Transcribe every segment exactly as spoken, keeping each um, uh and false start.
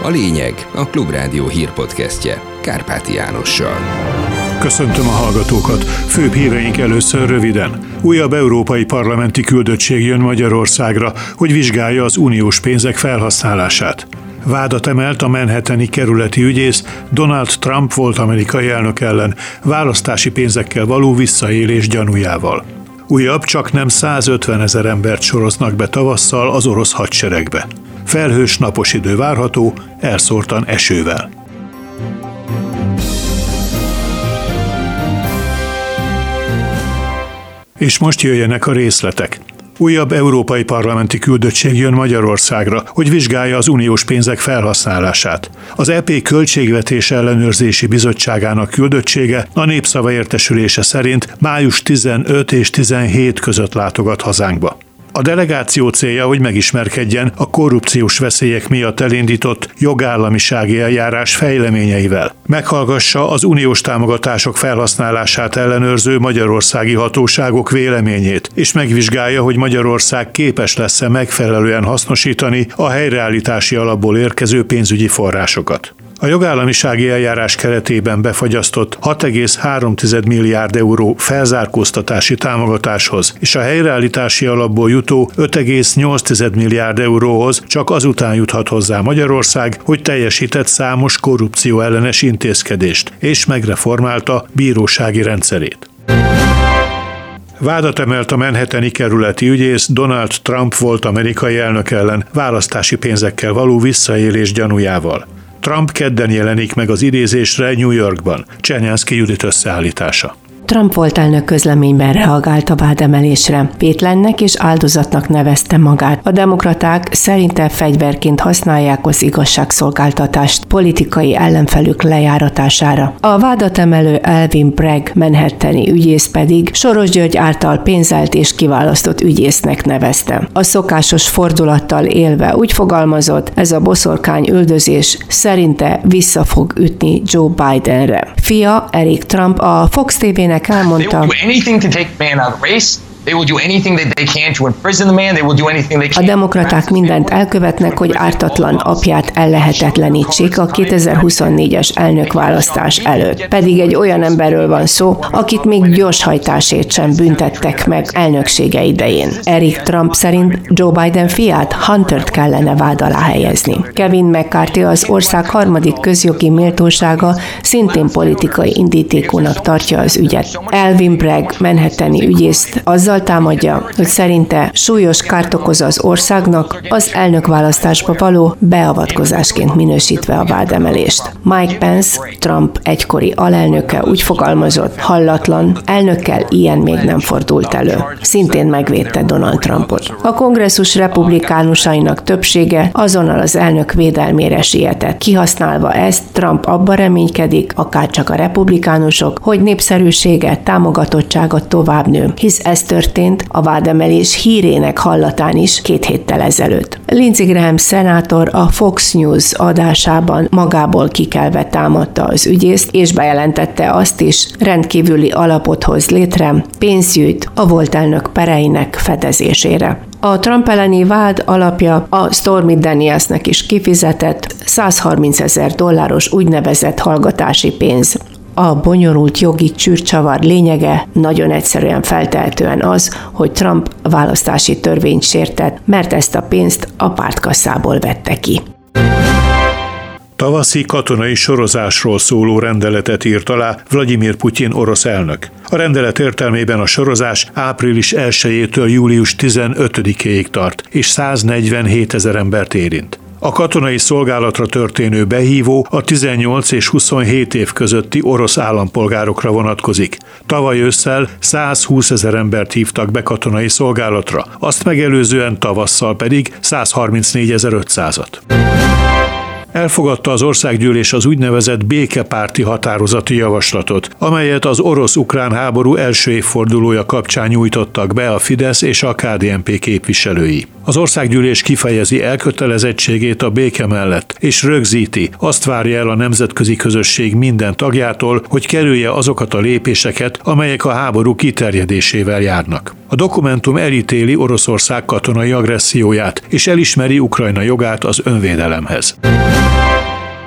A lényeg a Klubrádió hírpodcastje Kárpáti Jánossal. Köszöntöm a hallgatókat! Főbb híreink először röviden. Újabb európai parlamenti küldöttség jön Magyarországra, hogy vizsgálja az uniós pénzek felhasználását. Vádat emelt a manhattani kerületi ügyész Donald Trump volt amerikai elnök ellen választási pénzekkel való visszaélés gyanújával. Újabb csaknem százötven ezer embert soroznak be tavasszal az orosz hadseregbe. Felhős napos idő várható, elszórtan esővel. És most jöjjenek a részletek. Újabb európai parlamenti küldöttség jön Magyarországra, hogy vizsgálja az uniós pénzek felhasználását. Az é pé Költségvetés Ellenőrzési Bizottságának küldöttsége a Népszava értesülése szerint május tizenötödike és tizenhétedike között látogat hazánkba. A delegáció célja, hogy megismerkedjen a korrupciós veszélyek miatt elindított jogállamisági eljárás fejleményeivel. Meghallgassa az uniós támogatások felhasználását ellenőrző magyarországi hatóságok véleményét, és megvizsgálja, hogy Magyarország képes lesz-e megfelelően hasznosítani a helyreállítási alapból érkező pénzügyi forrásokat. A jogállamisági eljárás keretében befagyasztott hat egész három milliárd euró felzárkóztatási támogatáshoz és a helyreállítási alapból jutó öt egész nyolc milliárd euróhoz csak azután juthat hozzá Magyarország, hogy teljesített számos korrupció ellenes intézkedést és megreformálta bírósági rendszerét. Vádat emelt a manhattani kerületi ügyész Donald Trump volt amerikai elnök ellen választási pénzekkel való visszaélés gyanújával. Trump kedden jelenik meg az idézésre New Yorkban. Csernyánszky Judit összeállítása. Trump volt elnök közleményben reagált a vádemelésre. Vétlennek és áldozatnak nevezte magát. A demokraták szerinte fegyverként használják az igazságszolgáltatást politikai ellenfelük lejáratására. A vádat emelő Alvin Bragg manhattani ügyész pedig Soros György által pénzelt és kiválasztott ügyésznek nevezte. A szokásos fordulattal élve úgy fogalmazott, ez a boszorkány üldözés szerinte vissza fog ütni Joe Bidenre. Fia, Eric Trump a Fox té vének elmondta, a demokraták mindent elkövetnek, hogy ártatlan apját ellehetetlenítsék a kétezer-huszonnégyes elnökválasztás előtt. Pedig egy olyan emberről van szó, akit még gyorshajtásért sem büntettek meg elnöksége idején. Eric Trump szerint Joe Biden fiát, Huntert kellene vád alá helyezni. Kevin McCarthy, az ország harmadik közjogi méltósága, szintén politikai indítékúnak tartja az ügyet. Alvin Bragg manhattani ügyészt azzal támadja, hogy szerinte súlyos kárt okoz az országnak, az elnökválasztásba való beavatkozásként minősítve a vádemelést. Mike Pence, Trump egykori alelnöke úgy fogalmazott, hallatlan, elnökkel ilyen még nem fordult elő. Szintén megvédte Donald Trumpot. A kongresszus republikánusainak többsége azonnal az elnök védelmére sietett. Kihasználva ezt, Trump abba reménykedik, akárcsak a republikánusok, hogy népszerűsége, támogatottsága tovább nő, hisz ez történt a vádemelés hírének hallatán is két héttel ezelőtt. Lindsey Graham szenátor a Fox News adásában magából kikelve támadta az ügyészt, és bejelentette azt is, rendkívüli alapot hoz létre, pénzt gyűjt a volt elnök pereinek fedezésére. A Trump elleni vád alapja a Stormy Danielsnek is kifizetett százharminc ezer dolláros úgynevezett hallgatási pénz. A bonyolult jogi csűrcsavar lényege nagyon egyszerűen feltehetően az, hogy Trump választási törvényt sértett, mert ezt a pénzt a pártkasszából vette ki. Tavaszi katonai sorozásról szóló rendeletet írt alá Vladimir Putyin orosz elnök. A rendelet értelmében a sorozás április elsejétől július tizenötödikéig tart, és száznegyvenhét ezer embert érint. A katonai szolgálatra történő behívó a tizennyolc és huszonhét év közötti orosz állampolgárokra vonatkozik. Tavaly ősszel százhúsz ezer embert hívtak be katonai szolgálatra, azt megelőzően tavasszal pedig százharmincnégyezer-ötszázat. Elfogadta az országgyűlés az úgynevezett békepárti határozati javaslatot, amelyet az orosz-ukrán háború első évfordulója kapcsán nyújtottak be a Fidesz és a ká dé en pé képviselői. Az országgyűlés kifejezi elkötelezettségét a béke mellett, és rögzíti, azt várja el a nemzetközi közösség minden tagjától, hogy kerülje azokat a lépéseket, amelyek a háború kiterjedésével járnak. A dokumentum elítéli Oroszország katonai agresszióját, és elismeri Ukrajna jogát az önvédelemhez.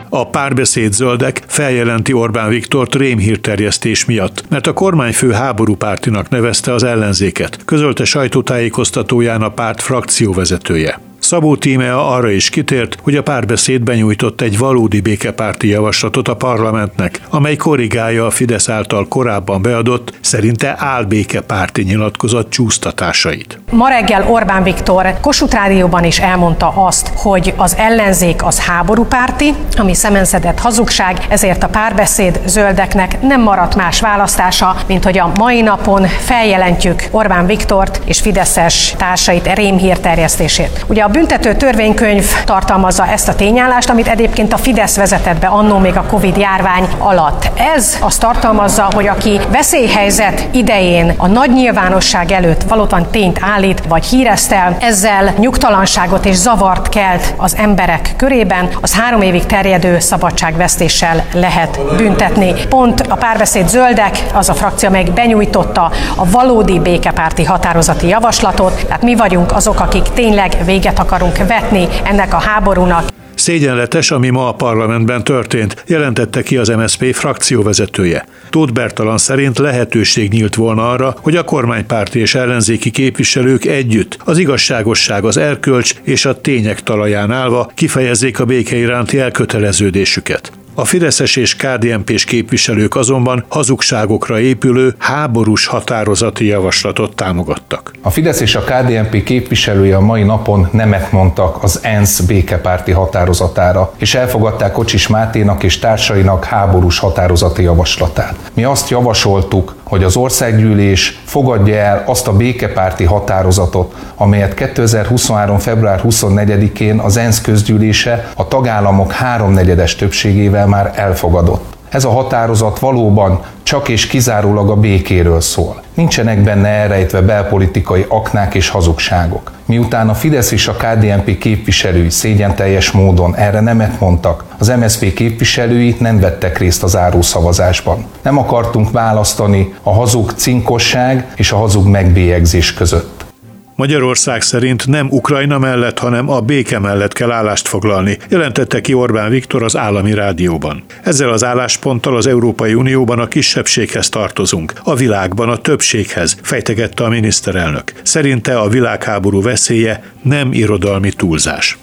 A Párbeszéd Zöldek feljelenti Orbán Viktort rémhírterjesztés miatt, mert a kormányfő háborúpártinak nevezte az ellenzéket, közölte sajtótájékoztatóján a párt frakcióvezetője. Szabó Tímea arra is kitért, hogy a Párbeszéd benyújtott egy valódi békepárti javaslatot a parlamentnek, amely korrigálja a Fidesz által korábban beadott, szerinte álbékepárti nyilatkozat csúsztatásait. Ma reggel Orbán Viktor Kossuth Rádióban is elmondta azt, hogy az ellenzék az háborúpárti, ami szemenszedett hazugság, ezért a Párbeszéd Zöldeknek nem maradt más választása, mint hogy a mai napon feljelentjük Orbán Viktort és fideszes társait rémhírterjesztését. Ugye a büntető törvénykönyv tartalmazza ezt a tényállást, amit egyébként a Fidesz vezetett be annó még a Covid járvány alatt. Ez azt tartalmazza, hogy aki veszélyhelyzet idején a nagy nyilvánosság előtt valóban tényt állít vagy híresztel, ezzel nyugtalanságot és zavart kelt az emberek körében, az három évig terjedő szabadságvesztéssel lehet büntetni. Pont a Párbeszéd Zöldek az a frakció, amely benyújtotta a valódi békepárti határozati javaslatot, tehát mi vagyunk azok, akik tényleg véget akarunk vetni ennek a háborúnak. Szégyenletes, ami ma a parlamentben történt, jelentette ki az em es zé pé frakcióvezetője. Tóth Bertalan szerint lehetőség nyílt volna arra, hogy a kormánypárti és ellenzéki képviselők együtt az igazságosság, az erkölcs és a tények talaján állva kifejezzék a béke iránti elköteleződésüket. A fideszes és ká dé en pés képviselők azonban hazugságokra épülő háborús határozati javaslatot támogattak. A Fidesz és a ká dé en pé képviselői a mai napon nemet mondtak az ENSZ békepárti határozatára, és elfogadták Kocsis Máténak és társainak háborús határozati javaslatát. Mi azt javasoltuk, hogy az országgyűlés fogadja el azt a békepárti határozatot, amelyet kétezer-huszonhárom. február huszonnegyedikén az ENSZ közgyűlése a tagállamok háromnegyedes többségével már elfogadott. Ez a határozat valóban csak és kizárólag a békéről szól. Nincsenek benne elrejtve belpolitikai aknák és hazugságok. Miután a Fidesz és a ká dé en pé képviselői szégyenteljes módon erre nemet mondtak, az em es zé pé képviselői nem vettek részt a zárószavazásban. Nem akartunk választani a hazug cinkosság és a hazug megbélyegzés között. Magyarország szerint nem Ukrajna mellett, hanem a béke mellett kell állást foglalni, jelentette ki Orbán Viktor az állami rádióban. Ezzel az állásponttal az Európai Unióban a kisebbséghez tartozunk, a világban a többséghez, fejtegette a miniszterelnök. Szerinte a világháború veszélye nem irodalmi túlzás.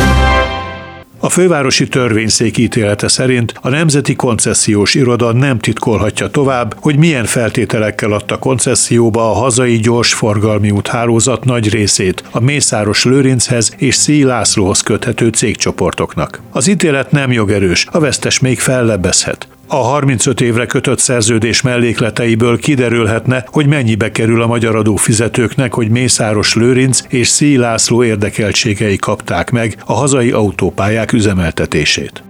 A fővárosi törvényszék ítélete szerint a Nemzeti Koncesziós Iroda nem titkolhatja tovább, hogy milyen feltételekkel adta koncesszióba a hazai gyorsforgalmi úthálózat nagy részét a Mészáros Lőrinchez és Szíj Lászlóhoz köthető cégcsoportoknak. Az ítélet nem jogerős, a vesztes még fellebbezhet. A harmincöt évre kötött szerződés mellékleteiből kiderülhetne, hogy mennyibe kerül a magyar adófizetőknek, hogy Mészáros Lőrinc és Szíj László érdekeltségei kapták meg a hazai autópályák üzemeltetését.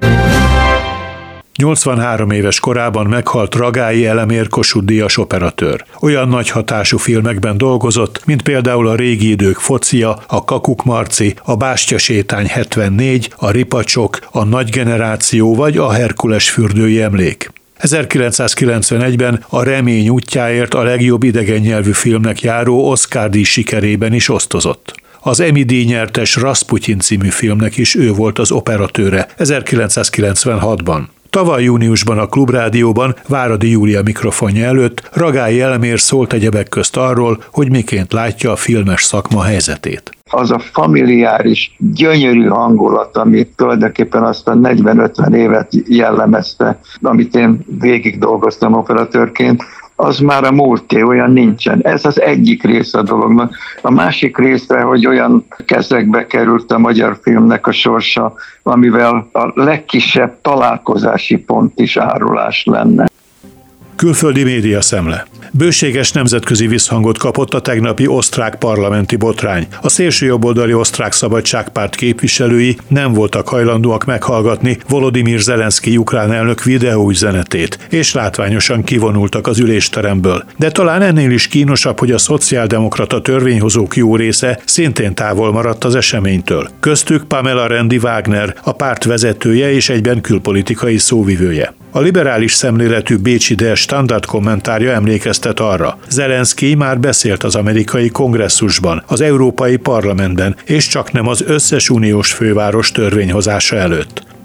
nyolcvanhárom éves korában meghalt Ragályi Elemér Kossuth-díjas operatőr. Olyan nagy hatású filmekben dolgozott, mint például a Régi idők focia, a Kakuk Marci, a Bástyasétány hetvennégy, a Ripacsok, a Nagy generáció vagy a Herkules fürdői emlék. ezerkilencszázkilencvenegyben a Remény útjáért a legjobb idegen nyelvű filmnek járó Oscar-díj sikerében is osztozott. Az Emmy-díj nyertes Rasputin című filmnek is ő volt az operatőre ezerkilencszázkilencvenhatban. Tavaly júniusban a Klubrádióban Váradi Júlia mikrofonja előtt Ragályi Elemér szólt egyebek közt arról, hogy miként látja a filmes szakma helyzetét. Az a familiáris, gyönyörű hangulat, amit tulajdonképpen azt a negyven-ötven évet jellemezte, amit én végig dolgoztam operatőrként, az már a múlté, olyan nincsen. Ez az egyik része a dolognak. A másik része, hogy olyan kezekbe került a magyar filmnek a sorsa, amivel a legkisebb találkozási pont is árulás lenne. Külföldi média szemle. Bőséges nemzetközi visszhangot kapott a tegnapi osztrák parlamenti botrány. A szélsőjobboldali osztrák szabadságpárt képviselői nem voltak hajlandóak meghallgatni Volodymyr Zelenszkij ukrán elnök videóüzenetét, és látványosan kivonultak az ülésteremből. De talán ennél is kínosabb, hogy a szociáldemokrata törvényhozók jó része szintén távol maradt az eseménytől. Köztük Pamela Rendi Wagner, a párt vezetője és egyben külpolitikai szóvivője. A liberális szemléletű bécsi Der Standard kommentárja emlékeztet arra. Zelenszkij már beszélt az amerikai kongresszusban, az Európai Parlamentben, és csaknem az összes uniós főváros törvényhozása előtt.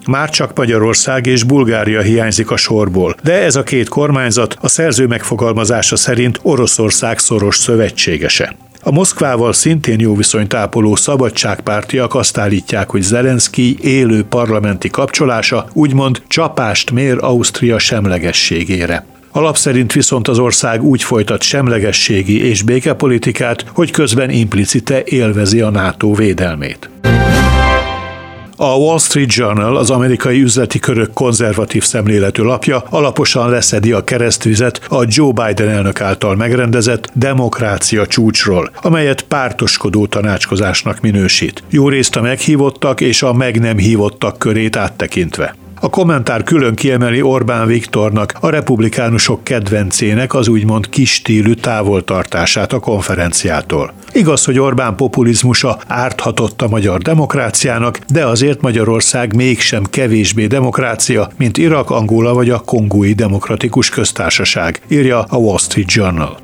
Már csak Magyarország és Bulgária hiányzik a sorból, de ez a két kormányzat a szerző megfogalmazása szerint Oroszország szoros szövetségese. A Moszkvával szintén jó viszonyt ápoló szabadságpártiak azt állítják, hogy Zelenszkij élő parlamenti kapcsolása úgymond csapást mér Ausztria semlegességére. A lap szerint viszont az ország úgy folytat semlegességi és békepolitikát, hogy közben implicite élvezi a NATO védelmét. A Wall Street Journal, az amerikai üzleti körök konzervatív szemléletű lapja alaposan leszedi a keresztvizet a Joe Biden elnök által megrendezett demokrácia csúcsról, amelyet pártoskodó tanácskozásnak minősít. Jó részt a meghívottak és a meg nem hívottak körét áttekintve. A kommentár külön kiemeli Orbán Viktornak, a republikánusok kedvencének az úgymond kisstílű távoltartását a konferenciától. Igaz, hogy Orbán populizmusa árthatott a magyar demokráciának, de azért Magyarország mégsem kevésbé demokrácia, mint Irak, Angola vagy a Kongói Demokratikus Köztársaság, írja a Wall Street Journal.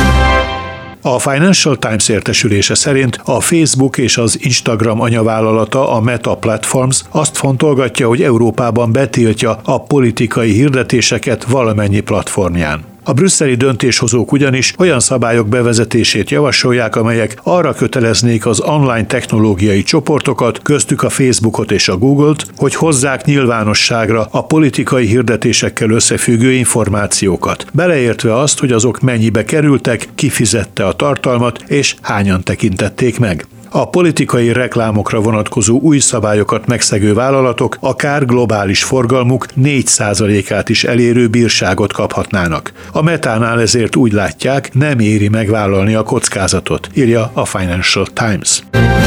A Financial Times értesülése szerint a Facebook és az Instagram anyavállalata, a Meta Platforms azt fontolgatja, hogy Európában betiltja a politikai hirdetéseket valamennyi platformján. A brüsszeli döntéshozók ugyanis olyan szabályok bevezetését javasolják, amelyek arra köteleznék az online technológiai csoportokat, köztük a Facebookot és a Googlet, hogy hozzák nyilvánosságra a politikai hirdetésekkel összefüggő információkat, beleértve azt, hogy azok mennyibe kerültek, ki fizette a tartalmat és hányan tekintették meg. A politikai reklámokra vonatkozó új szabályokat megszegő vállalatok akár globális forgalmuk négy százalékát is elérő bírságot kaphatnának. A Metánál ezért úgy látják, nem éri megvállalni a kockázatot, írja a Financial Times.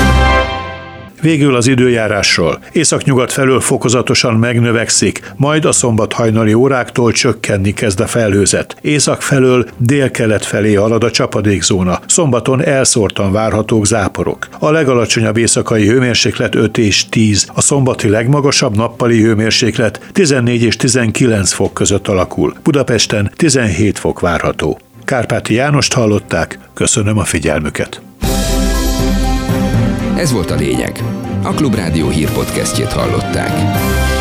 Végül az időjárásról. Északnyugat felől fokozatosan megnövekszik, majd a szombat hajnali óráktól csökkenni kezd a felhőzet. Észak felől délkelet felé halad a csapadékzóna. Szombaton elszórtan várhatók záporok. A legalacsonyabb éjszakai hőmérséklet öt és tíz, a szombati legmagasabb nappali hőmérséklet tizennégy és tizenkilenc fok között alakul. Budapesten tizenhét fok várható. Kárpáti Jánost hallották, köszönöm a figyelmüket. Ez volt a lényeg. A Klubrádió hírpodcastjét hallották.